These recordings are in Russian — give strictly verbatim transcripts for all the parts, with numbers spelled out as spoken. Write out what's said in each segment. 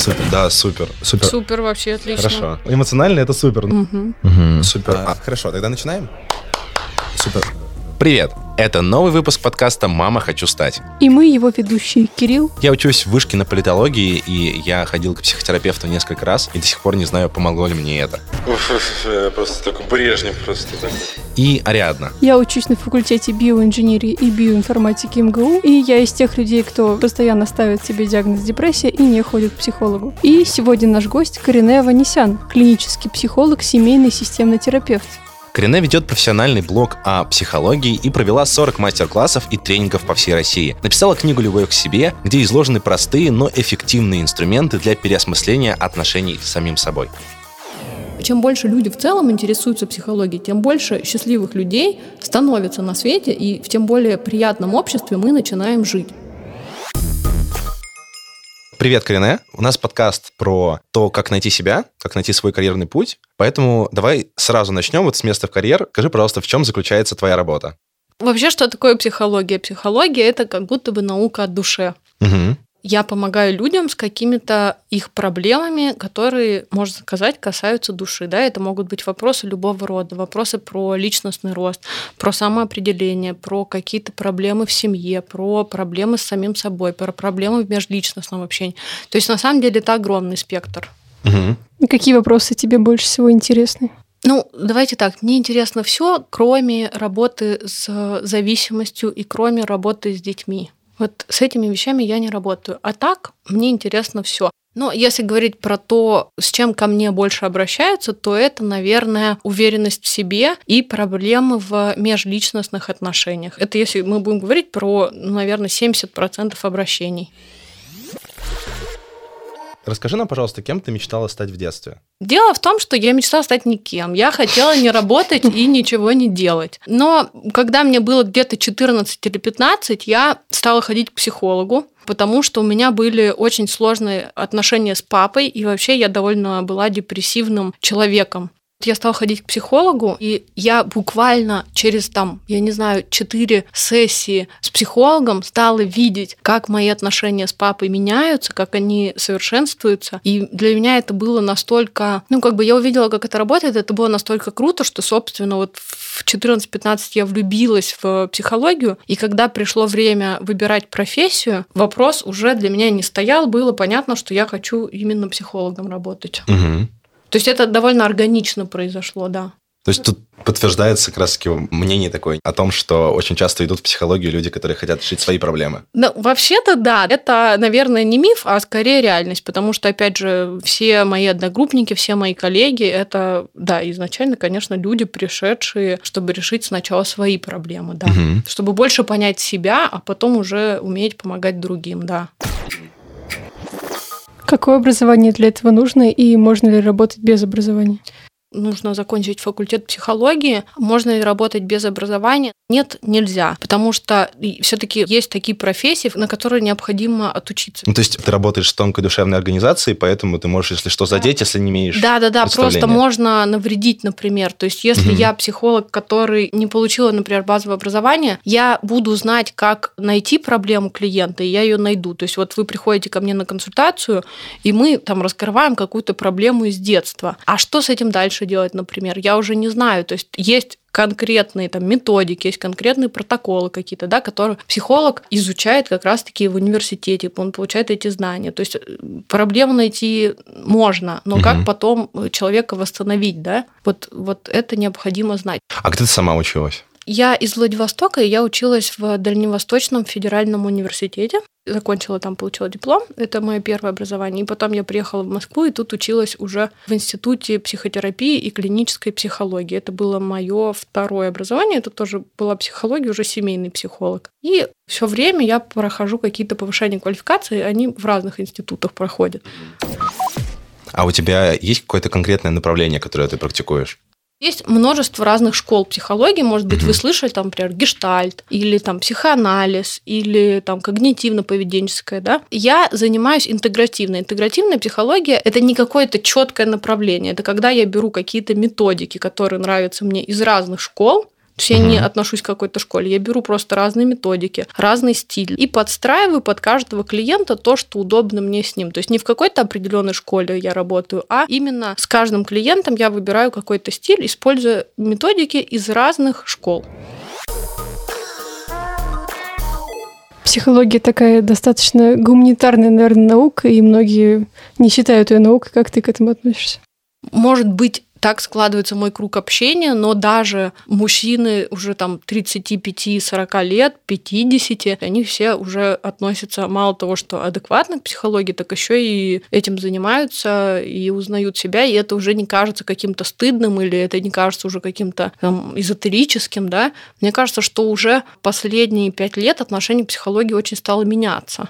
Супер, да, супер. Супер, Супер вообще, отлично. Хорошо. Эмоционально это супер. Угу. Угу. Супер. А, хорошо, тогда начинаем? Супер. Привет! Это новый выпуск подкаста «Мама, хочу стать». И мы его ведущие. Кирилл. Я учусь в вышке на политологии, и я ходил к психотерапевту несколько раз, и до сих пор не знаю, помогло ли мне это. Просто такой Брежнев просто. И Ариадна. Я учусь на факультете биоинженерии и биоинформатики эм гэ у, и я из тех людей, кто постоянно ставит себе диагноз депрессия и не ходит к психологу. И сегодня наш гость Карине Аванесян, клинический психолог, семейный системный терапевт. Карине ведет профессиональный блог о психологии и провела сорок мастер-классов и тренингов по всей России. Написала книгу «Любовь к себе», где изложены простые, но эффективные инструменты для переосмысления отношений с самим собой. Чем больше люди в целом интересуются психологией, тем больше счастливых людей становится на свете, и в тем более приятном обществе мы начинаем жить. Привет, Карине. У нас подкаст про то, как найти себя, как найти свой карьерный путь. Поэтому давай сразу начнем вот с места в карьер. Скажи, пожалуйста, в чем заключается твоя работа? Вообще, что такое психология? Психология – это как будто бы наука о душе. Угу. Я помогаю людям с какими-то их проблемами, которые, можно сказать, касаются души. Да? Это могут быть вопросы любого рода, вопросы про личностный рост, про самоопределение, про какие-то проблемы в семье, про проблемы с самим собой, про проблемы в межличностном общении. То есть, на самом деле, это огромный спектр. Угу. И какие вопросы тебе больше всего интересны? Ну, давайте так, мне интересно все, кроме работы с зависимостью и кроме работы с детьми. Вот с этими вещами я не работаю. А так мне интересно все. Но если говорить про то, с чем ко мне больше обращаются, то это, наверное, уверенность в себе и проблемы в межличностных отношениях. Это если мы будем говорить про, наверное, семьдесят процентов обращений. Расскажи нам, пожалуйста, кем ты мечтала стать в детстве? Дело в том, что я мечтала стать никем. Я хотела не работать и ничего не делать. Но когда мне было где-то четырнадцать или пятнадцать, я стала ходить к психологу, потому что у меня были очень сложные отношения с папой, и вообще я довольно была депрессивным человеком. Я стала ходить к психологу, и я буквально через, там, я не знаю, четыре сессии с психологом стала видеть, как мои отношения с папой меняются, как они совершенствуются. И для меня это было настолько... Ну, как бы я увидела, как это работает, это было настолько круто, что, собственно, вот в четырнадцать-пятнадцать я влюбилась в психологию, и когда пришло время выбирать профессию, вопрос уже для меня не стоял, было понятно, что я хочу именно психологом работать. Угу. То есть это довольно органично произошло, да. То есть тут подтверждается как раз-таки мнение такое о том, что очень часто идут в психологию люди, которые хотят решить свои проблемы. Ну, вообще-то да, это, наверное, не миф, а скорее реальность, потому что, опять же, все мои одногруппники, все мои коллеги, это, да, изначально, конечно, люди, пришедшие, чтобы решить сначала свои проблемы, да, угу. чтобы больше понять себя, а потом уже уметь помогать другим, да. Какое образование для этого нужно, и можно ли работать без образования? Нужно закончить факультет психологии. Можно ли работать без образования? Нет, нельзя, потому что все-таки есть такие профессии, на которые необходимо отучиться. Ну, то есть ты работаешь в тонкой душевной организации, поэтому ты можешь, если что, задеть, если не имеешь Да-да-да, представления. просто можно навредить, например. То есть если угу. я психолог, который не получила, например, базовое образование, я буду знать, как найти проблему клиента, и я ее найду. То есть вот вы приходите ко мне на консультацию, и мы там раскрываем какую-то проблему из детства. А что с этим дальше делать, например? Я уже не знаю. То есть есть конкретные там методики, есть конкретные протоколы какие-то, да, которые психолог изучает как раз-таки в университете, он получает эти знания. То есть проблему найти можно, но угу. как потом человека восстановить, да? Вот, вот это необходимо знать. А где ты сама училась? Я из Владивостока, и я училась в Дальневосточном федеральном университете. Закончила там, получила диплом. Это мое первое образование. И потом я приехала в Москву, и тут училась уже в Институте психотерапии и клинической психологии. Это было мое второе образование. Это тоже была психология, уже семейный психолог. И все время я прохожу какие-то повышения квалификации, они в разных институтах проходят. А у тебя есть какое-то конкретное направление, которое ты практикуешь? Есть множество разных школ психологии. Может быть, mm-hmm. вы слышали, там, например, гештальт, или там психоанализ, или там когнитивно-поведенческая, да. Я занимаюсь интегративной. Интегративная психология – это не какое-то четкое направление. Это когда я беру какие-то методики, которые нравятся мне из разных школ, То есть я не отношусь к какой-то школе, я беру просто разные методики, разный стиль и подстраиваю под каждого клиента то, что удобно мне с ним. То есть не в какой-то определенной школе я работаю, а именно с каждым клиентом я выбираю какой-то стиль, используя методики из разных школ. Психология такая достаточно гуманитарная, наверное, наука, и многие не считают ее наукой. Как ты к этому относишься? Может быть, так складывается мой круг общения, но даже мужчины уже там тридцать пять сорок лет, пятьдесят, они все уже относятся мало того, что адекватно к психологии, так еще и этим занимаются и узнают себя, и это уже не кажется каким-то стыдным или это не кажется уже каким-то там, эзотерическим, да. Мне кажется, что уже последние пять лет отношение к психологии очень стало меняться.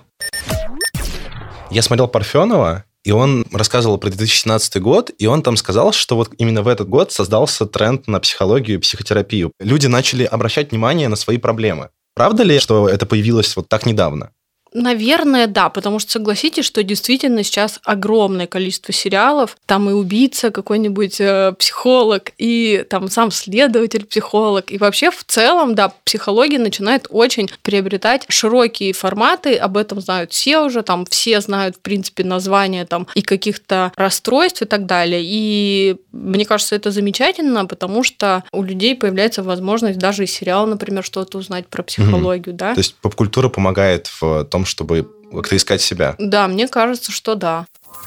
Я смотрел Парфенова, и он рассказывал про две тысячи семнадцатый год, и он там сказал, что вот именно в этот год создался тренд на психологию и психотерапию. Люди начали обращать внимание на свои проблемы. Правда ли, что это появилось вот так недавно? Наверное, да, потому что согласитесь, что действительно сейчас огромное количество сериалов, там и убийца какой-нибудь э, психолог, и там сам следователь-психолог, и вообще в целом, да, психология начинает очень приобретать широкие форматы, об этом знают все уже, там все знают, в принципе, названия там и каких-то расстройств и так далее, и мне кажется, это замечательно, потому что у людей появляется возможность даже из сериала, например, что-то узнать про психологию, mm-hmm. да. То есть поп-культура помогает в том, чтобы как-то искать себя. Да, мне кажется, что да.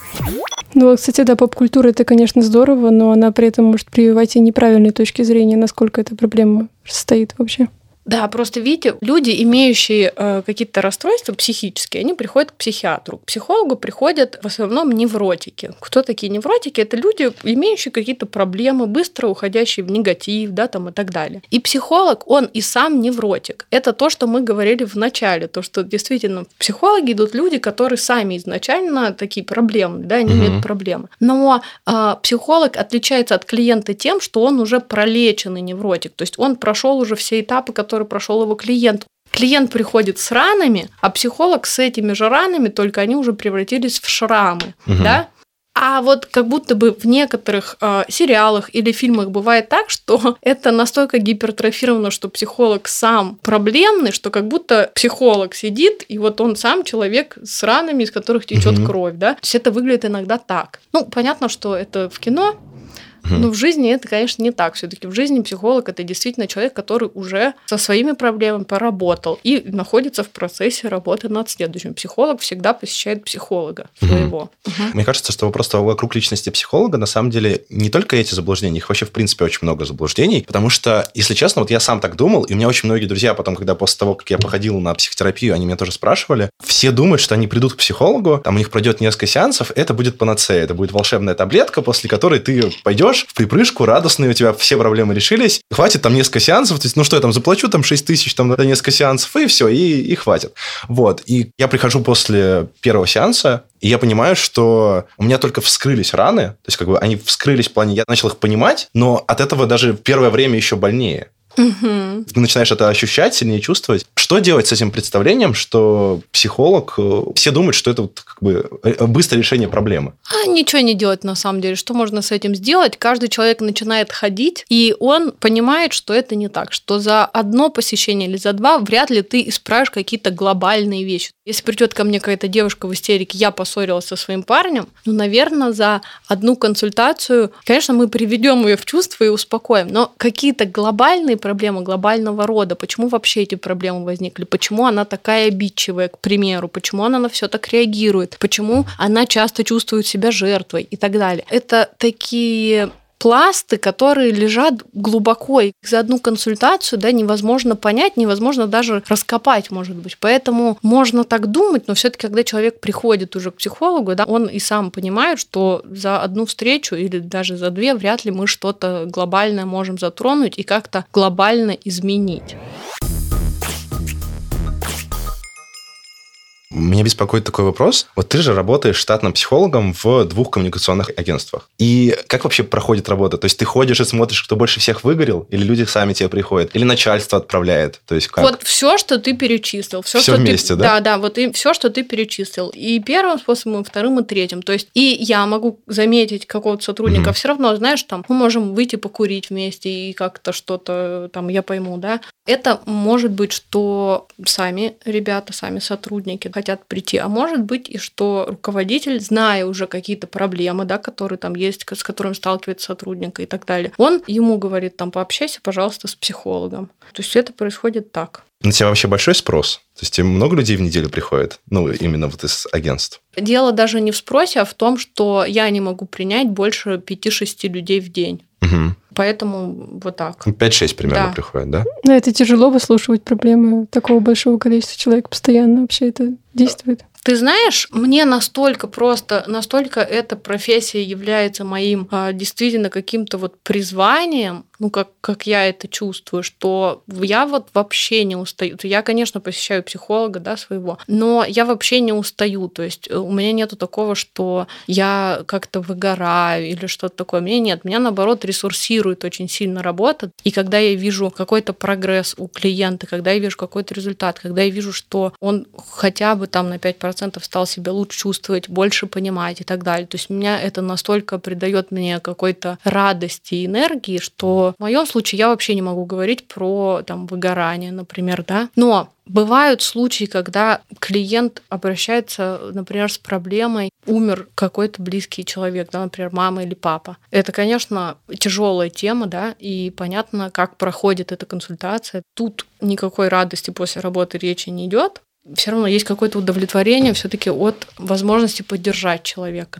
Ну, кстати, да, поп-культура — это, конечно, здорово, но она при этом может прививать и неправильные точки зрения, насколько эта проблема стоит вообще. Да, просто видите, люди, имеющие э, какие-то расстройства психические, они приходят к психиатру. К психологу приходят в основном невротики. Кто такие невротики? Это люди, имеющие какие-то проблемы, быстро уходящие в негатив, да, там и так далее. И психолог, он и сам невротик. Это то, что мы говорили в начале, то, что действительно в психологи идут люди, которые сами изначально такие проблемы, да, они mm-hmm. имеют проблемы. Но э, психолог отличается от клиента тем, что он уже пролеченный невротик, то есть он прошел уже все этапы, которые который прошел его клиент. Клиент приходит с ранами, а психолог с этими же ранами, только они уже превратились в шрамы, угу. да? А вот как будто бы в некоторых э, сериалах или фильмах бывает так, что это настолько гипертрофировано, что психолог сам проблемный, что как будто психолог сидит, и вот он сам человек с ранами, из которых течет угу. кровь, да? То есть это выглядит иногда так. Ну, понятно, что это в кино. Но в жизни это, конечно, не так. Все-таки в жизни психолог — это действительно человек, который уже со своими проблемами поработал и находится в процессе работы над следующим. Психолог всегда посещает психолога своего. Угу. Угу. Мне кажется, что вопрос вокруг личности психолога, на самом деле, не только эти заблуждения, их вообще, в принципе, очень много заблуждений, потому что, если честно, вот я сам так думал, и у меня очень многие друзья потом, когда после того, как я походил на психотерапию, они меня тоже спрашивали, все думают, что они придут к психологу, там у них пройдет несколько сеансов, это будет панацея, это будет волшебная таблетка, после которой ты пойдешь в припрыжку, радостный, у тебя все проблемы решились, хватит там несколько сеансов, то есть, ну что я там заплачу, там шесть тысяч, там на несколько сеансов, и все, и, и хватит. Вот, и я прихожу после первого сеанса, и я понимаю, что у меня только вскрылись раны, то есть, как бы они вскрылись в плане, я начал их понимать, но от этого даже в первое время еще больнее. Угу. Ты начинаешь это ощущать, сильнее чувствовать. Что делать с этим представлением, что психолог... Все думают, что это вот как бы быстрое решение проблемы. А ничего не делать на самом деле. Что можно с этим сделать? Каждый человек начинает ходить, и он понимает, что это не так. Что за одно посещение или за два вряд ли ты исправишь какие-то глобальные вещи. Если придет ко мне какая-то девушка в истерике, я поссорилась со своим парнем, ну, наверное, за одну консультацию, конечно, мы приведем ее в чувство и успокоим. Но какие-то глобальные проблемы глобального рода, почему вообще эти проблемы возникли, почему она такая обидчивая, к примеру, почему она на все так реагирует, почему она часто чувствует себя жертвой и так далее. Это такие пласты, которые лежат глубоко, и за одну консультацию, да, невозможно понять, невозможно даже раскопать, может быть. Поэтому можно так думать, но все-таки, когда человек приходит уже к психологу, да, он и сам понимает, что за одну встречу или даже за две вряд ли мы что-то глобальное можем затронуть и как-то глобально изменить. Меня беспокоит такой вопрос. Вот ты же работаешь штатным психологом в двух коммуникационных агентствах. И как вообще проходит работа? То есть ты ходишь и смотришь, кто больше всех выгорел? Или люди сами тебе приходят? Или начальство отправляет? То есть как? Вот все, что ты перечислил. Все, все что вместе, ты... да? Да, да, вот и все, что ты перечислил. И первым способом, и вторым, и третьим. То есть и я могу заметить какого-то сотрудника, mm-hmm. все равно, знаешь, там мы можем выйти покурить вместе и как-то что-то там я пойму, да. Это может быть, что сами ребята, сами сотрудники хотят прийти, а может быть и что руководитель, зная уже какие-то проблемы, да, которые там есть, с которыми сталкивается сотрудник и так далее, он ему говорит, там, пообщайся, пожалуйста, с психологом. То есть это происходит так. На тебя вообще большой спрос? То есть тебе много людей в неделю приходит? Ну, именно вот из агентств. Дело даже не в спросе, а в том, что я не могу принять больше пяти-шести людей в день. Угу. Поэтому вот так. пять-шесть примерно да. приходит, да? Но это тяжело выслушивать проблемы такого большого количества человек постоянно. Вообще это действует. Ты знаешь, мне настолько просто, настолько эта профессия является моим а, действительно каким-то вот призванием, ну, как, как я это чувствую, что я вот вообще не устаю. Я, конечно, посещаю психолога, да, своего, но я вообще не устаю. То есть у меня нету такого, что я как-то выгораю или что-то такое. Меня нет. Меня, наоборот, ресурсирует очень сильно работа. И когда я вижу какой-то прогресс у клиента, когда я вижу какой-то результат, когда я вижу, что он хотя бы там на пять процентов стал себя лучше чувствовать, больше понимать и так далее. То есть меня это настолько придает мне какой-то радости и энергии, что в моем случае я вообще не могу говорить про там, выгорание, например, да. Но бывают случаи, когда клиент обращается, например, с проблемой, умер какой-то близкий человек, да, например, мама или папа. Это, конечно, тяжелая тема, да, и понятно, как проходит эта консультация. Тут никакой радости после работы речи не идет. Все равно есть какое-то удовлетворение все-таки от возможности поддержать человека.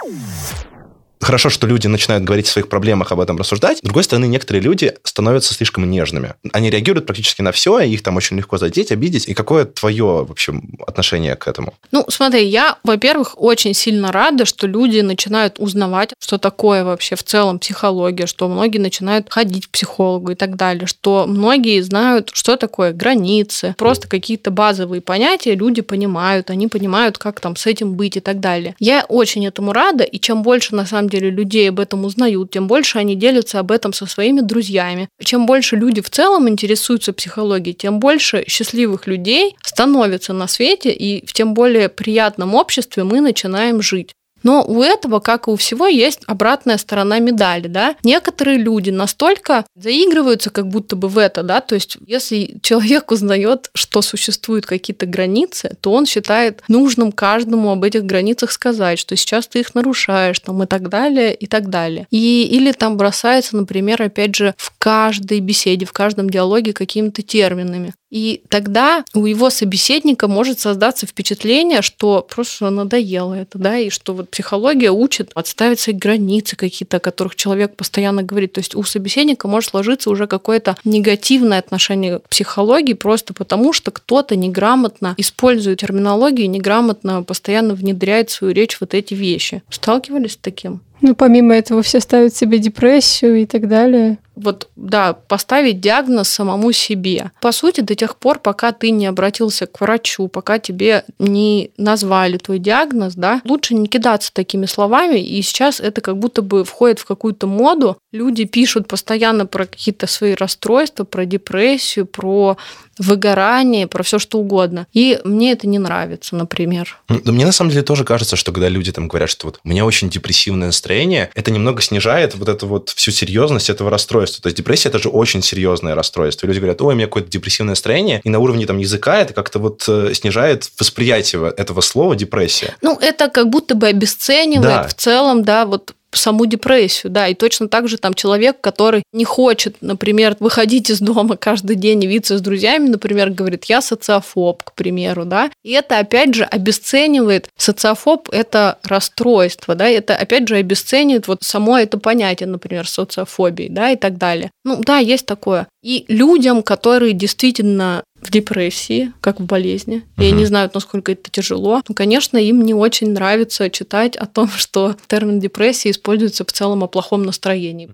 Хорошо, что люди начинают говорить о своих проблемах, об этом рассуждать. С другой стороны, некоторые люди становятся слишком нежными. Они реагируют практически на все, и их там очень легко задеть, обидеть. И какое твое вообще отношение к этому? Ну, смотри, я, во-первых, очень сильно рада, что люди начинают узнавать, что такое вообще в целом психология, что многие начинают ходить к психологу и так далее, что многие знают, что такое границы, просто какие-то базовые понятия люди понимают, они понимают, как там с этим быть и так далее. Я очень этому рада, и чем больше, на самом деле, людей об этом узнают, тем больше они делятся об этом со своими друзьями. Чем больше люди в целом интересуются психологией, тем больше счастливых людей становится на свете, и в тем более приятном обществе мы начинаем жить. Но у этого, как и у всего, есть обратная сторона медали, да. Некоторые люди настолько заигрываются как будто бы в это, да, то есть если человек узнает, что существуют какие-то границы, то он считает нужным каждому об этих границах сказать, что сейчас ты их нарушаешь, там, и так далее, и так далее. И, или там бросается, например, опять же, в каждой беседе, в каждом диалоге какими-то терминами. И тогда у его собеседника может создаться впечатление, что просто надоело это, да, и что вот психология учит отставить свои границы какие-то, о которых человек постоянно говорит. То есть у собеседника может сложиться уже какое-то негативное отношение к психологии просто потому, что кто-то неграмотно использует терминологию, неграмотно постоянно внедряет в свою речь вот эти вещи. Сталкивались с таким? Ну, помимо этого, все ставят себе депрессию и так далее. Вот, да, поставить диагноз самому себе. По сути, до тех пор, пока ты не обратился к врачу, пока тебе не назвали твой диагноз, да, лучше не кидаться такими словами. И сейчас это как будто бы входит в какую-то моду. Люди пишут постоянно про какие-то свои расстройства, про депрессию, про выгорание, про все что угодно. И мне это не нравится, например. Мне на самом деле тоже кажется, что когда люди там говорят, что вот у меня очень депрессивное настроение, это немного снижает вот эту вот всю серьезность этого расстройства. То есть депрессия – это же очень серьезное расстройство. И люди говорят, ой, у меня какое-то депрессивное настроение, и на уровне там языка это как-то вот снижает восприятие этого слова депрессия. Ну, это как будто бы обесценивает да. в целом, да, вот саму депрессию, да, и точно так же там человек, который не хочет, например, выходить из дома каждый день и видеться с друзьями, например, говорит, я социофоб, к примеру, да, и это опять же обесценивает, социофоб – это расстройство, да, это опять же обесценивает вот само это понятие, например, социофобии, да, и так далее. Ну, да, есть такое. И людям, которые действительно в депрессии, как в болезни, uh-huh. и они знают, насколько это тяжело, ну, конечно, им не очень нравится читать о том, что термин депрессия используется в целом о плохом настроении.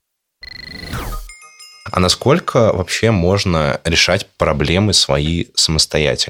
А насколько вообще можно решать проблемы свои самостоятельно?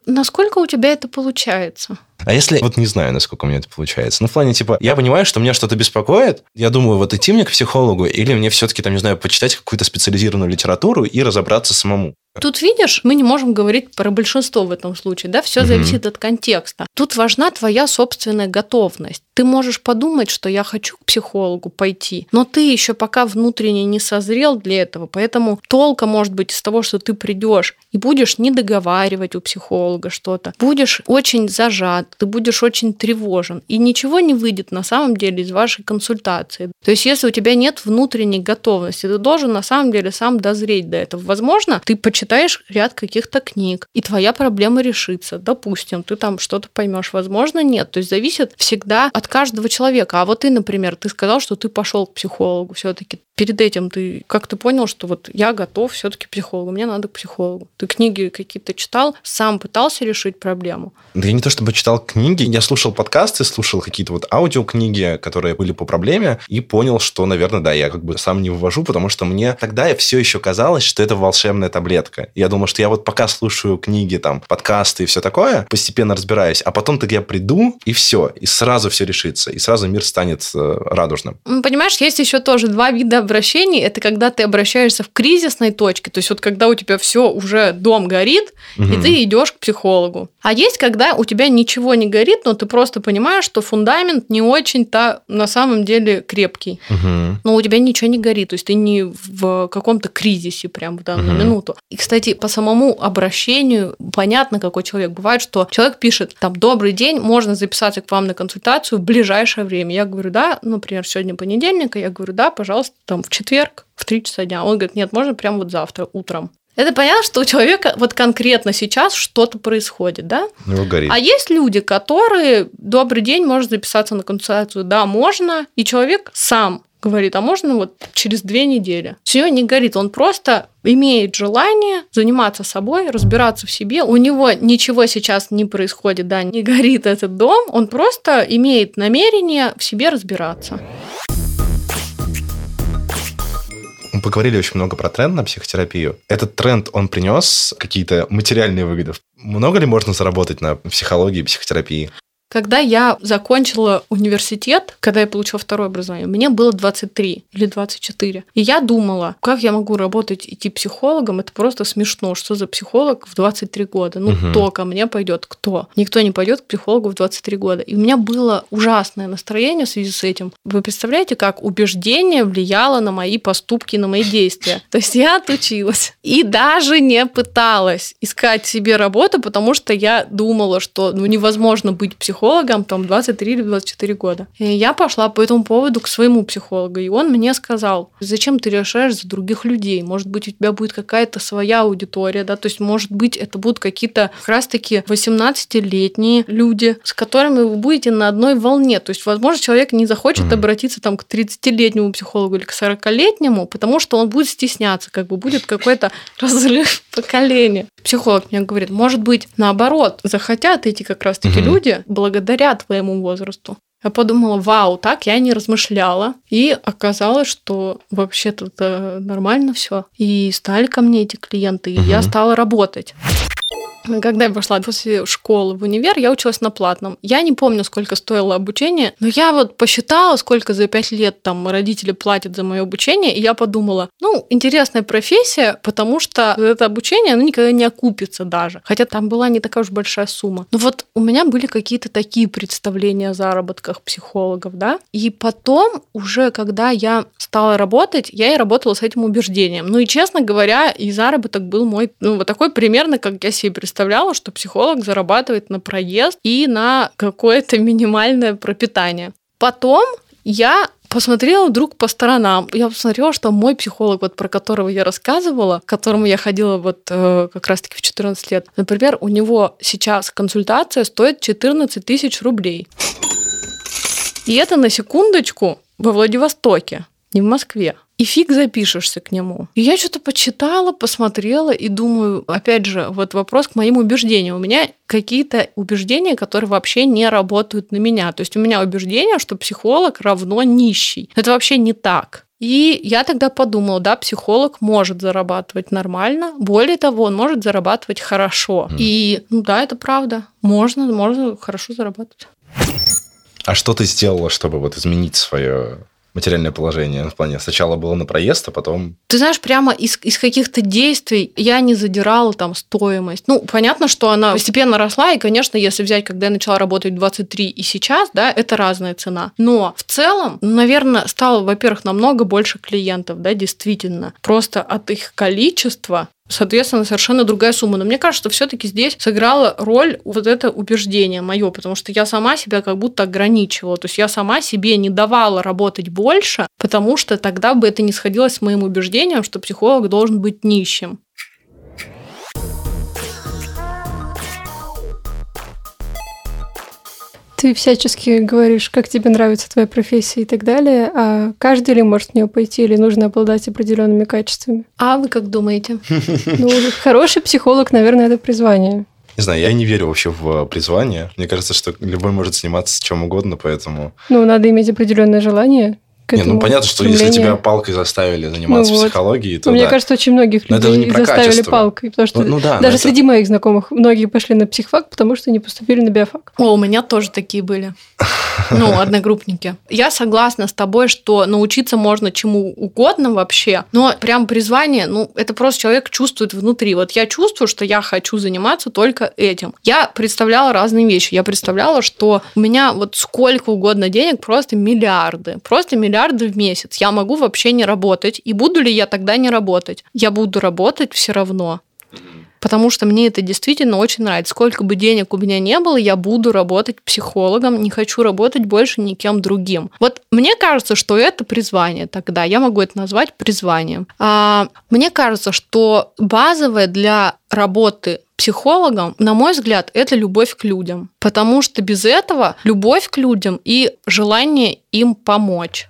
насколько у тебя это получается? А если... Вот не знаю, насколько у меня это получается. Ну, в плане, типа, я понимаю, что меня что-то беспокоит. Я думаю, вот идти мне к психологу или мне все-таки, там, не знаю, почитать какую-то специализированную литературу и разобраться самому. Тут, видишь, мы не можем говорить про большинство в этом случае, да, все Мгм. зависит от контекста. Тут важна твоя собственная готовность. Ты можешь подумать, что я хочу к психологу пойти, но ты еще пока внутренне не созрел для этого, поэтому толка может быть из того, что ты придешь и будешь не договаривать у психолога что-то, будешь очень зажат, ты будешь очень тревожен, и ничего не выйдет на самом деле из вашей консультации. То есть, если у тебя нет внутренней готовности, ты должен на самом деле сам дозреть до этого. Возможно, ты почитаешь ряд каких-то книг, и твоя проблема решится. Допустим, ты там что-то поймешь. Возможно, нет. То есть зависит всегда от каждого человека. А вот ты, например, ты сказал, что ты пошел к психологу все-таки. Перед этим ты как ты понял, что вот я готов все-таки к психологу, мне надо к психологу. Ты книги какие-то читал, сам пытался решить проблему? Да я не то чтобы читал книги, я слушал подкасты, слушал какие-то вот аудиокниги, которые были по проблеме, и понял, что, наверное, да, я как бы сам не вывожу, потому что мне тогда все еще казалось, что это волшебная таблетка. Я думал, что я вот пока слушаю книги, там, подкасты и все такое, постепенно разбираюсь, а потом так я приду, и все, и сразу все решится, и сразу мир станет э, радужным. Понимаешь, есть еще тоже два вида обращений. Это когда ты обращаешься в кризисной точке, то есть вот когда у тебя все уже дом горит, Мгм. и ты идешь к психологу. А есть, когда у тебя ничего не горит, но ты просто понимаешь, что фундамент не очень-то на самом деле крепкий. Мгм. Но у тебя ничего не горит, то есть ты не в каком-то кризисе прям в данную Мгм. минуту. И, кстати, по самому обращению понятно, какой человек. Бывает, что человек пишет, там, добрый день, можно записаться к вам на консультацию в ближайшее время. Я говорю, да, например, сегодня понедельник, и я говорю, да, пожалуйста, там, в четверг в три часа дня. Он говорит, нет, можно прямо вот завтра утром. Это понятно, что у человека вот конкретно сейчас что-то происходит, да? У него горит. А есть люди, которые, добрый день, можно записаться на консультацию, да, можно, и человек сам говорит, а можно вот через две недели. Все не горит, он просто имеет желание заниматься собой, разбираться в себе. У него ничего сейчас не происходит, да, не горит этот дом, он просто имеет намерение в себе разбираться. Мы поговорили очень много про тренд на психотерапию. Этот тренд, он принес какие-то материальные выгоды? Много ли можно заработать на психологии и психотерапии? Когда я закончила университет, когда я получила второе образование, мне было двадцать три или двадцать четыре. И я думала, как я могу работать, идти психологом, это просто смешно, что за психолог в двадцать три года. Ну, Мгм. кто ко мне пойдет? Кто? Никто не пойдет к психологу в двадцать три года. И у меня было ужасное настроение в связи с этим. Вы представляете, как убеждение влияло на мои поступки, на мои действия? То есть я отучилась и даже не пыталась искать себе работу, потому что я думала, что ну, невозможно быть психологом там двадцать три или двадцать четыре года. И я пошла по этому поводу к своему психологу, и он мне сказал, зачем ты решаешь за других людей? Может быть, у тебя будет какая-то своя аудитория, да, то есть, может быть, это будут какие-то как раз-таки восемнадцатилетние люди, с которыми вы будете на одной волне. То есть, возможно, человек не захочет Мгм. обратиться там к тридцатилетнему психологу или к сорокалетнему, потому что он будет стесняться, как бы будет какой-то разрыв поколения. Психолог мне говорит, может быть, наоборот, захотят эти как раз-таки Мгм. люди благодаря твоему возрасту. Я подумала, вау, так я не размышляла. И оказалось, что вообще-то это нормально все. И стали ко мне эти клиенты, и я Мгм. стала работать. Когда я пошла после школы в универ, я училась на платном. Я не помню, сколько стоило обучение, но я вот посчитала, сколько за пять лет там родители платят за мое обучение, и я подумала, ну, интересная профессия, потому что это обучение, оно никогда не окупится даже. Хотя там была не такая уж большая сумма. Но вот у меня были какие-то такие представления о заработках психологов, да. И потом уже, когда я стала работать, я и работала с этим убеждением. Ну и, честно говоря, и заработок был мой, ну, вот такой примерно, как я себе представляла, что психолог зарабатывает на проезд и на какое-то минимальное пропитание. Потом я посмотрела вдруг по сторонам. Я посмотрела, что мой психолог, вот про которого я рассказывала, к которому я ходила вот э, как раз-таки в четырнадцать лет, например, у него сейчас консультация стоит четырнадцать тысяч рублей. И это на секундочку во Владивостоке, не в Москве. И фиг запишешься к нему. И я что-то почитала, посмотрела и думаю, опять же, вот вопрос к моим убеждениям. У меня какие-то убеждения, которые вообще не работают на меня. То есть у меня убеждение, что психолог равно нищий. Это вообще не так. И я тогда подумала, да, психолог может зарабатывать нормально, более того, он может зарабатывать хорошо. Mm. И, ну да, это правда, можно, можно хорошо зарабатывать. А что ты сделала, чтобы вот изменить свое материальное положение? В плане, сначала было на проезд, а потом... Ты знаешь, прямо из, из каких-то действий я не задирала там стоимость. Ну, понятно, что она постепенно росла, и, конечно, если взять, когда я начала работать в двадцать три и сейчас, да, это разная цена. Но в целом, наверное, стало, во-первых, намного больше клиентов, да, действительно. Просто от их количества, соответственно, совершенно другая сумма. Но мне кажется, что все-таки здесь сыграла роль вот это убеждение мое, потому что я сама себя как будто ограничивала. То есть я сама себе не давала работать больше, потому что тогда бы это не сходилось с моим убеждением, что психолог должен быть нищим. Ты всячески говоришь, как тебе нравится твоя профессия и так далее, а каждый ли может в нее пойти, или нужно обладать определенными качествами? А вы как думаете? Ну, хороший психолог, наверное, это призвание. Не знаю, я не верю вообще в призвание. Мне кажется, что любой может заниматься чем угодно, поэтому... Ну, надо иметь определенное желание. Не, ну понятно, что стремление. Если тебя палкой заставили заниматься ну, вот. психологией, то Мне да. кажется, очень многих людей заставили качество. палкой. Потому что ну, ну, да, даже это... среди моих знакомых многие пошли на психфак, потому что не поступили на биофак. О, у меня тоже такие были. Ну, одногруппники. Я согласна с тобой, что научиться можно чему угодно вообще, но прям призвание, ну, это просто человек чувствует внутри. Вот я чувствую, что я хочу заниматься только этим. Я представляла разные вещи. Я представляла, что у меня вот сколько угодно денег, просто миллиарды. Просто миллиарды в месяц. Я могу вообще не работать. И буду ли я тогда не работать? Я буду работать все равно. Потому что мне это действительно очень нравится. Сколько бы денег у меня не было, я буду работать психологом, не хочу работать больше никем другим. Вот мне кажется, что это призвание тогда. Я могу это назвать призванием. А мне кажется, что базовое для работы психологом, на мой взгляд, это любовь к людям. Потому что без этого любовь к людям и желание им помочь.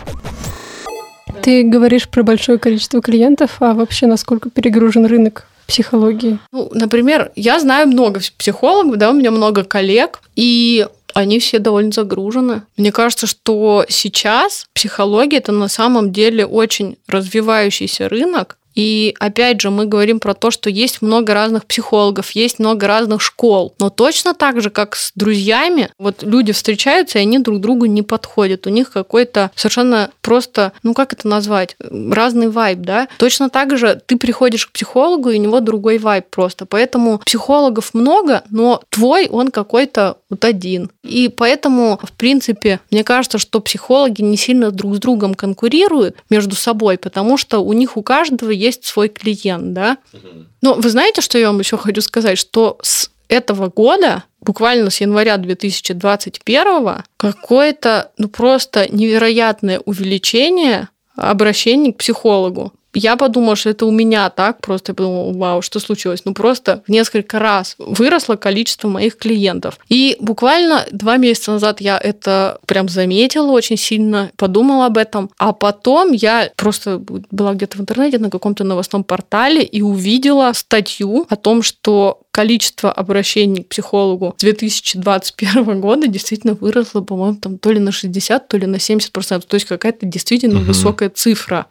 Ты говоришь про большое количество клиентов, а вообще насколько перегружен рынок психологии? Ну, например, я знаю много психологов, да, у меня много коллег, и они все довольно загружены. Мне кажется, что сейчас психология – это на самом деле очень развивающийся рынок. И опять же, мы говорим про то, что есть много разных психологов, есть много разных школ. Но точно так же, как с друзьями, вот люди встречаются, и они друг другу не подходят. У них какой-то совершенно просто, ну как это назвать, разный вайб, да? Точно так же ты приходишь к психологу, и у него другой вайб просто. Поэтому психологов много, но твой, он какой-то вот один. И поэтому, в принципе, мне кажется, что психологи не сильно друг с другом конкурируют между собой, потому что у них у каждого есть свой клиент, да. Но вы знаете, что я вам еще хочу сказать, что с этого года, буквально с января две тысячи двадцать первого, какое-то, ну просто невероятное увеличение обращений к психологу. Я подумала, что это у меня так, просто я подумала, вау, что случилось? Ну, просто в несколько раз выросло количество моих клиентов. И буквально два месяца назад я это прям заметила очень сильно, подумала об этом. А потом я просто была где-то в интернете на каком-то новостном портале и увидела статью о том, что количество обращений к психологу с две тысячи двадцать первого года действительно выросло, по-моему, там то ли на шестьдесят, то ли на семьдесят процентов. То есть какая-то действительно угу. высокая цифра.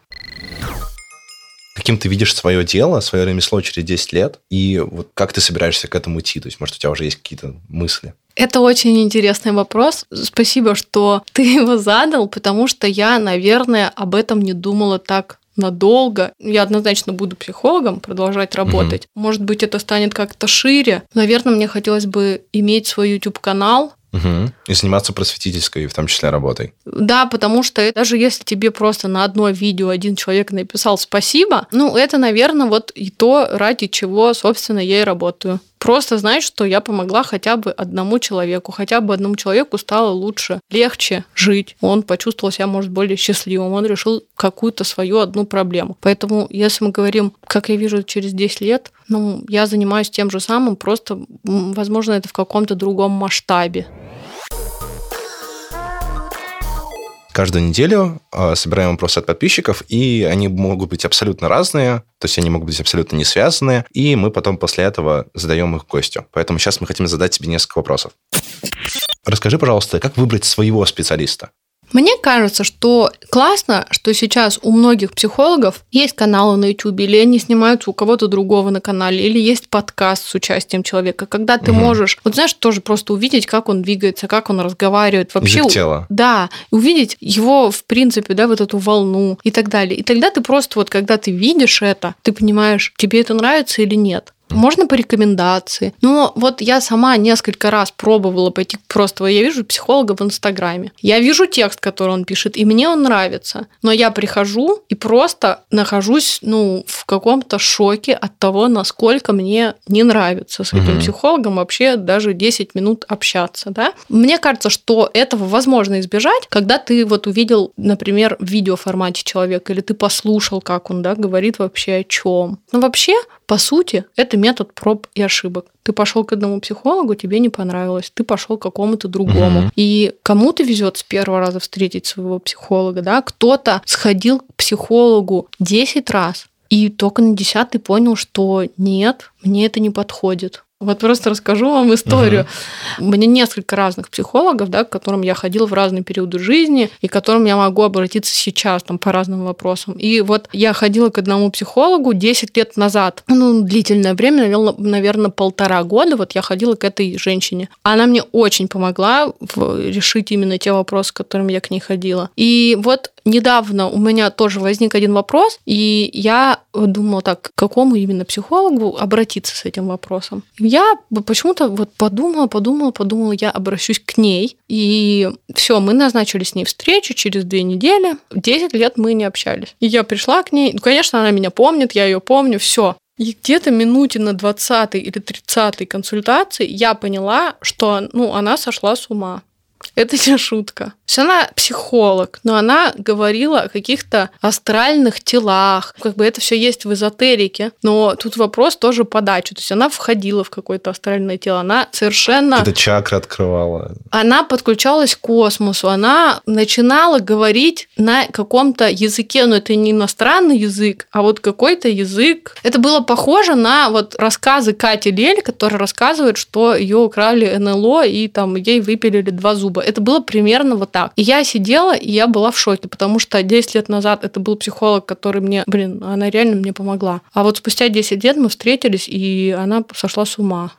Каким ты видишь свое дело, свое ремесло через десять лет, и вот как ты собираешься к этому идти? То есть, может, у тебя уже есть какие-то мысли? Это очень интересный вопрос. Спасибо, что ты его задал, потому что я, наверное, об этом не думала так надолго. Я однозначно буду психологом, продолжать работать. Угу. Может быть, это станет как-то шире. Наверное, мне хотелось бы иметь свой YouTube-канал. Угу. И заниматься просветительской, в том числе, работой. Да, потому что даже если тебе просто на одно видео один человек написал спасибо, ну, это, наверное, вот и то, ради чего, собственно, я и работаю. Просто знать, что я помогла хотя бы одному человеку, хотя бы одному человеку стало лучше, легче жить. Он почувствовал себя, может, более счастливым, он решил какую-то свою одну проблему. Поэтому, если мы говорим, как я вижу через десять лет, ну, я занимаюсь тем же самым, просто, возможно, это в каком-то другом масштабе. Каждую неделю э, собираем вопросы от подписчиков, и они могут быть абсолютно разные, то есть они могут быть абсолютно не связанные, и мы потом после этого задаем их гостю. Поэтому сейчас мы хотим задать тебе несколько вопросов. Расскажи, пожалуйста, как выбрать своего специалиста? Мне кажется, что классно, что сейчас у многих психологов есть каналы на YouTube, или они снимаются у кого-то другого на канале, или есть подкаст с участием человека, когда ты угу. можешь, вот знаешь, тоже просто увидеть, как он двигается, как он разговаривает. Вообще, язык тела. Да, увидеть его, в принципе, да, вот эту волну и так далее. И тогда ты просто вот, когда ты видишь это, ты понимаешь, тебе это нравится или нет. Можно по рекомендации. Но вот я сама несколько раз пробовала пойти просто... Я вижу психолога в Инстаграме. Я вижу текст, который он пишет, и мне он нравится. Но я прихожу и просто нахожусь ну, в каком-то шоке от того, насколько мне не нравится с этим угу. психологом вообще даже десять минут общаться. Да? Мне кажется, что этого возможно избежать, когда ты вот увидел, например, в видеоформате человека, или ты послушал, как он да, говорит вообще о чем. Но вообще, по сути, это метод проб и ошибок. Ты пошел к одному психологу, тебе не понравилось, ты пошел к какому-то другому. Угу. И кому-то везет с первого раза встретить своего психолога, да, кто-то сходил к психологу десять раз, и только на десятый понял, что нет, мне это не подходит. Вот просто расскажу вам историю. Uh-huh. У меня несколько разных психологов, да, к которым я ходила в разные периоды жизни, и к которым я могу обратиться сейчас там, по разным вопросам. И вот я ходила к одному психологу десять лет назад. Ну, длительное время, наверное, полтора года, вот я ходила к этой женщине. Она мне очень помогла решить именно те вопросы, к которым я к ней ходила. И вот недавно у меня тоже возник один вопрос, и я думала так, к какому именно психологу обратиться с этим вопросом. Я почему-то вот подумала, подумала, подумала, я обращусь к ней, и все, мы назначили с ней встречу через две недели, десять лет мы не общались. И я пришла к ней, ну, конечно, она меня помнит, я ее помню, все. И где-то минуте на двадцатой или тридцатой консультации я поняла, что ну, она сошла с ума. Это не шутка. То есть она психолог, но она говорила о каких-то астральных телах. Как бы это все есть в эзотерике, но тут вопрос тоже подачи. То есть она входила в какое-то астральное тело, она совершенно... Это чакры открывала. Она подключалась к космосу, она начинала говорить на каком-то языке, но это не иностранный язык, а вот какой-то язык. Это было похоже на вот рассказы Кати Лель, которая рассказывает, что ее украли эн эл о и там ей выпилили два зуба. Это было примерно вот так. И я сидела, и я была в шоке, потому что десять лет назад это был психолог, который мне, блин, она реально мне помогла. А вот спустя десять лет мы встретились, и она сошла с ума.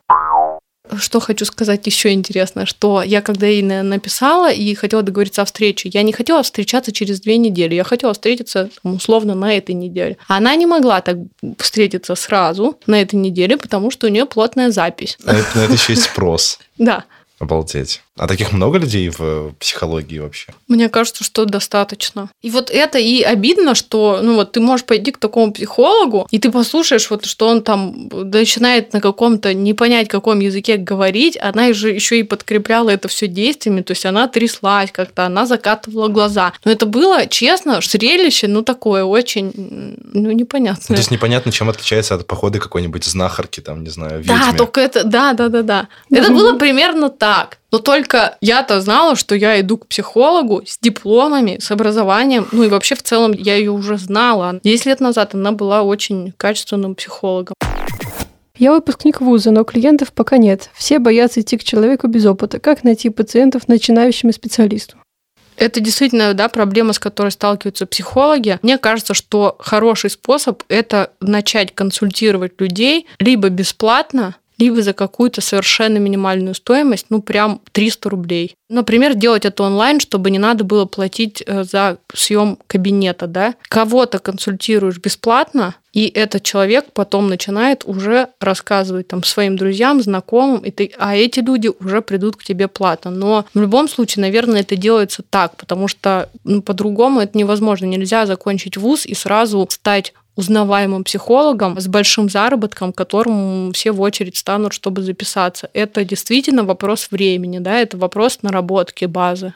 Что хочу сказать еще интересно, что я когда ей написала и хотела договориться о встрече, я не хотела встречаться через две недели, я хотела встретиться условно на этой неделе. Она не могла так встретиться сразу на этой неделе, потому что у нее плотная запись. На это, на это еще есть спрос. Да. Обалдеть. А таких много людей в психологии вообще? Мне кажется, что достаточно. И вот это и обидно, что ну вот ты можешь пойти к такому психологу, и ты послушаешь, вот, что он там начинает на каком-то не понять каком языке говорить, она же еще и подкрепляла это все действиями, то есть она тряслась как-то, она закатывала глаза. Но это было, честно, зрелище, ну такое очень, ну непонятное. Ну, то есть непонятно, чем отличается от похода какой-нибудь знахарки, там, не знаю, ведьме. Да, только это, да, да, да, да. Это было примерно так. Но только я-то знала, что я иду к психологу с дипломами, с образованием. Ну и вообще в целом я ее уже знала. Десять лет назад она была очень качественным психологом. Я выпускник вуза, но клиентов пока нет. Все боятся идти к человеку без опыта. Как найти пациентов начинающему специалисту? Это действительно да, проблема, с которой сталкиваются психологи. Мне кажется, что хороший способ – это начать консультировать людей либо бесплатно, либо за какую-то совершенно минимальную стоимость, ну, прям триста рублей. Например, делать это онлайн, чтобы не надо было платить за съем кабинета, да. Кого-то консультируешь бесплатно, и этот человек потом начинает уже рассказывать там своим друзьям, знакомым, и ты, а эти люди уже придут к тебе платно. Но в любом случае, наверное, это делается так, потому что ну, по-другому это невозможно. Нельзя закончить вуз и сразу стать узнаваемым психологом с большим заработком, к которому все в очередь станут, чтобы записаться. Это действительно вопрос времени, да, это вопрос наработки базы.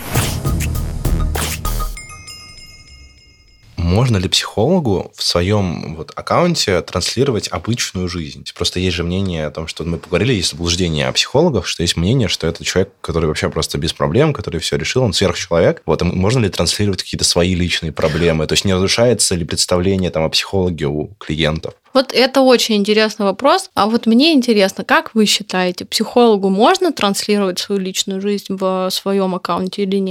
Можно ли психологу в своем вот аккаунте транслировать обычную жизнь? Просто есть же мнение о том, что мы поговорили, есть заблуждение о психологах, что есть мнение, что это человек, который вообще просто без проблем, который все решил, он сверхчеловек. Вот, и можно ли транслировать какие-то свои личные проблемы? То есть не разрушается ли представление там, о психологе у клиентов? Вот это очень интересный вопрос. А вот мне интересно, как вы считаете, психологу можно транслировать свою личную жизнь в своем аккаунте или нет?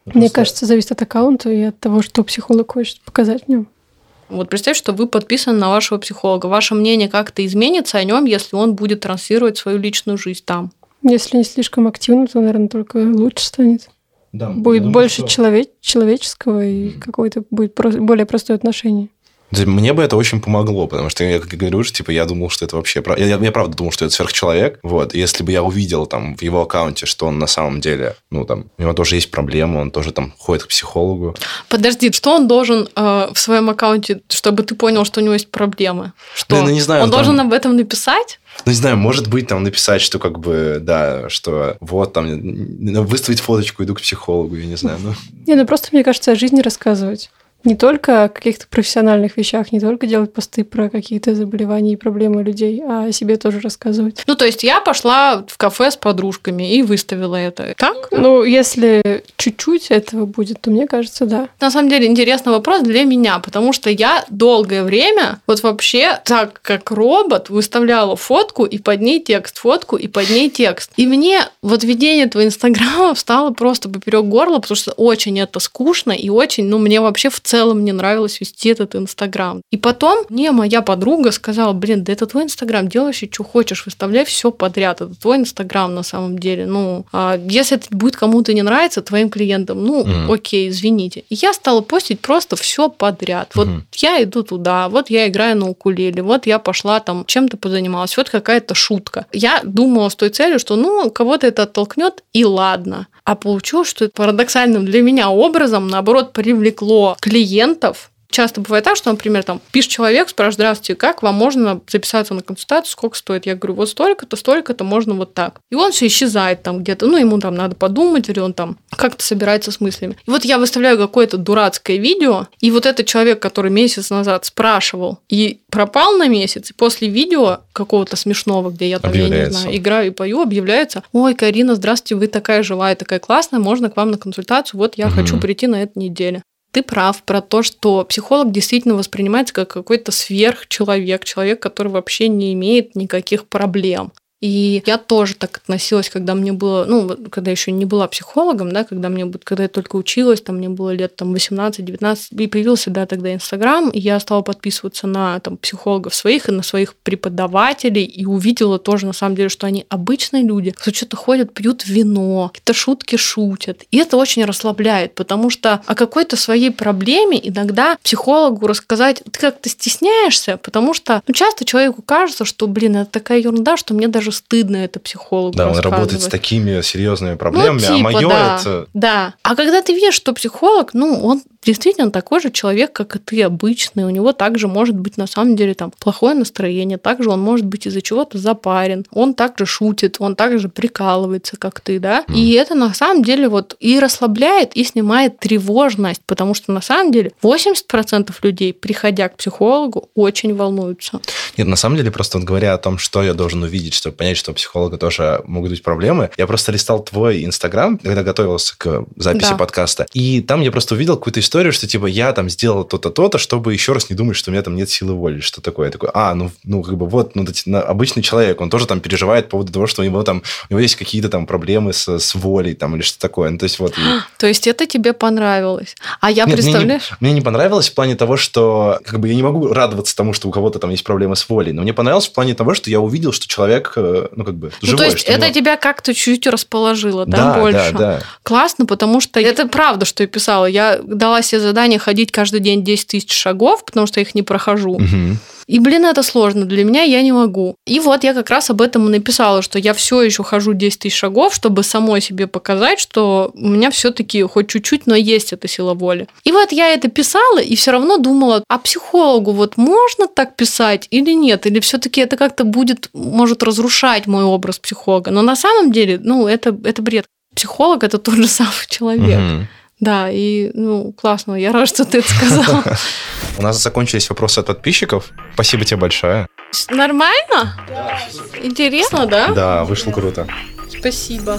Мне Просто... кажется, зависит от аккаунта и от того, что психолог хочет показать в нем. Вот представь, что вы подписаны на вашего психолога. Ваше мнение как-то изменится о нем, если он будет транслировать свою личную жизнь там. Если не слишком активно, то, наверное, только лучше станет. Да, будет думаю, больше что... человек... человеческого и mm. какое-то будет про... более простое отношение. Мне бы это очень помогло, потому что я, как говорю, что, типа, я думал, что это вообще... Я, я правда думал, что это сверхчеловек. Вот. И если бы я увидел там в его аккаунте, что он на самом деле... Ну, там, у него тоже есть проблемы, он тоже там ходит к психологу. Подожди, что он должен э, в своем аккаунте, чтобы ты понял, что у него есть проблемы? Что? Да, ну, не знаю, он там... должен об этом написать? Ну, не знаю, может быть, там написать, что как бы, да, что вот там выставить фоточку, иду к психологу, я не знаю. Ну. Не, ну просто, мне кажется, о жизни рассказывать. Не только о каких-то профессиональных вещах, не только делать посты про какие-то заболевания и проблемы людей, а о себе тоже рассказывать. Ну, то есть я пошла в кафе с подружками и выставила это. Так? Ну, если чуть-чуть этого будет, то мне кажется, да. На самом деле, интересный вопрос для меня, потому что я долгое время вот вообще так, как робот, выставляла фотку и под ней текст, фотку и под ней текст. И мне вот ведение этого Инстаграма встало просто поперек горла, потому что очень это скучно и очень, ну, мне вообще в целом В целом мне нравилось вести этот Инстаграм. И потом мне моя подруга сказала: блин, да это твой Инстаграм, делай еще что хочешь, выставляй все подряд, это твой Инстаграм на самом деле. Ну, а если это будет кому-то не нравиться, твоим клиентам, ну, mm. окей, извините. И я стала постить просто все подряд. Вот mm. я иду туда, вот я играю на укулеле, вот я пошла там чем-то позанималась, вот какая-то шутка. Я думала с той целью, что, ну, кого-то это оттолкнет, и ладно. А получилось, что это парадоксальным для меня образом, наоборот, привлекло клиентов. Часто бывает так, что, например, там пишет человек, спрашивает: здравствуйте, как вам можно записаться на консультацию, сколько стоит? Я говорю: вот столько-то, столько-то, можно вот так. И он все исчезает там где-то, ну, ему там надо подумать, или он там как-то собирается с мыслями. И вот я выставляю какое-то дурацкое видео, и вот этот человек, который месяц назад спрашивал и пропал на месяц, и после видео какого-то смешного, где я там, я не знаю, играю и пою, объявляется: ой, Карина, здравствуйте, вы такая живая, такая классная, можно к вам на консультацию, вот я mm-hmm. хочу прийти на этой неделе. Ты прав про то, что психолог действительно воспринимается как какой-то сверхчеловек, человек, который вообще не имеет никаких проблем. И я тоже так относилась, когда мне было, ну, когда еще не была психологом, да, когда мне, когда я только училась, там мне было лет там восемнадцать-девятнадцать, и появился, да, тогда Инстаграм, и я стала подписываться на там психологов своих и на своих преподавателей, и увидела тоже, на самом деле, что они обычные люди, кто что-то ходят, пьют вино, какие-то шутки шутят. И это очень расслабляет, потому что о какой-то своей проблеме иногда психологу рассказать ты как-то стесняешься, потому что, ну, часто человеку кажется, что, блин, это такая ерунда, что мне даже стыдно это психологу да, рассказывать. Да, он работает с такими серьезными проблемами, ну, типа, а мое да, это... Да, а когда ты видишь, что психолог, ну, он действительно такой же человек, как и ты, обычный, у него также может быть на самом деле там плохое настроение, также он может быть из-за чего-то запарен, он также шутит, он также прикалывается, как ты, да, mm. и это на самом деле вот и расслабляет, и снимает тревожность, потому что на самом деле восемьдесят процентов людей, приходя к психологу, очень волнуются. Нет, на самом деле, просто вот говоря о том, что я должен увидеть, чтобы понять, что у психолога тоже могут быть проблемы, я просто листал твой Инстаграм, когда готовился к записи да. подкаста, и там я просто увидел какую-то историю, что типа я там сделал то-то, то-то, чтобы еще раз не думать, что у меня там нет силы воли, что такое. Я такой: а, ну, ну как бы вот, ну, обычный человек, он тоже там переживает по поводу того, что у него там, у него есть какие-то там проблемы с, с волей там или что такое. Ну, то есть вот. То есть это тебе понравилось? А я, нет, представляешь? Мне не, мне не понравилось в плане того, что как бы я не могу радоваться тому, что у кого-то там есть проблемы с волей, но мне понравилось в плане того, что я увидел, что человек, ну, как бы живой. Ну, то есть это него... тебя как-то чуть-чуть расположило, да, да больше? Да, да. Классно, потому что это правда, что я писала. Я дала себе задание ходить каждый день десять тысяч шагов, потому что я их не прохожу. Угу. И, блин, это сложно. Для меня я не могу. И вот я как раз об этом и написала, что я все еще хожу десять тысяч шагов, чтобы самой себе показать, что у меня все-таки хоть чуть-чуть, но есть эта сила воли. И вот я это писала, и все равно думала, а психологу вот можно так писать или нет? Или все-таки это как-то будет, может, разрушать мой образ психолога? Но на самом деле, ну, это, это бред. Психолог – это тот же самый человек. Угу. Да, и, ну, классно, я рада, что ты это сказал. У нас закончились вопросы от подписчиков. Спасибо тебе большое. Нормально? Да. Интересно, да? Да, вышло круто. Спасибо.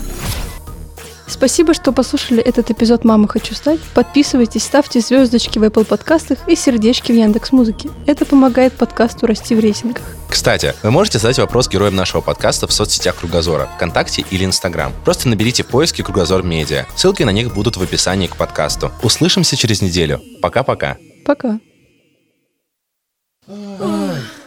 Спасибо, что послушали этот эпизод «Мама, хочу стать». Подписывайтесь, ставьте звездочки в Apple подкастах и сердечки в Яндекс.Музыке. Это помогает подкасту расти в рейтингах. Кстати, вы можете задать вопрос героям нашего подкаста в соцсетях Кругозора, ВКонтакте или Инстаграм. Просто наберите в поиске Кругозор Медиа. Ссылки на них будут в описании к подкасту. Услышимся через неделю. Пока-пока. Пока. Ой.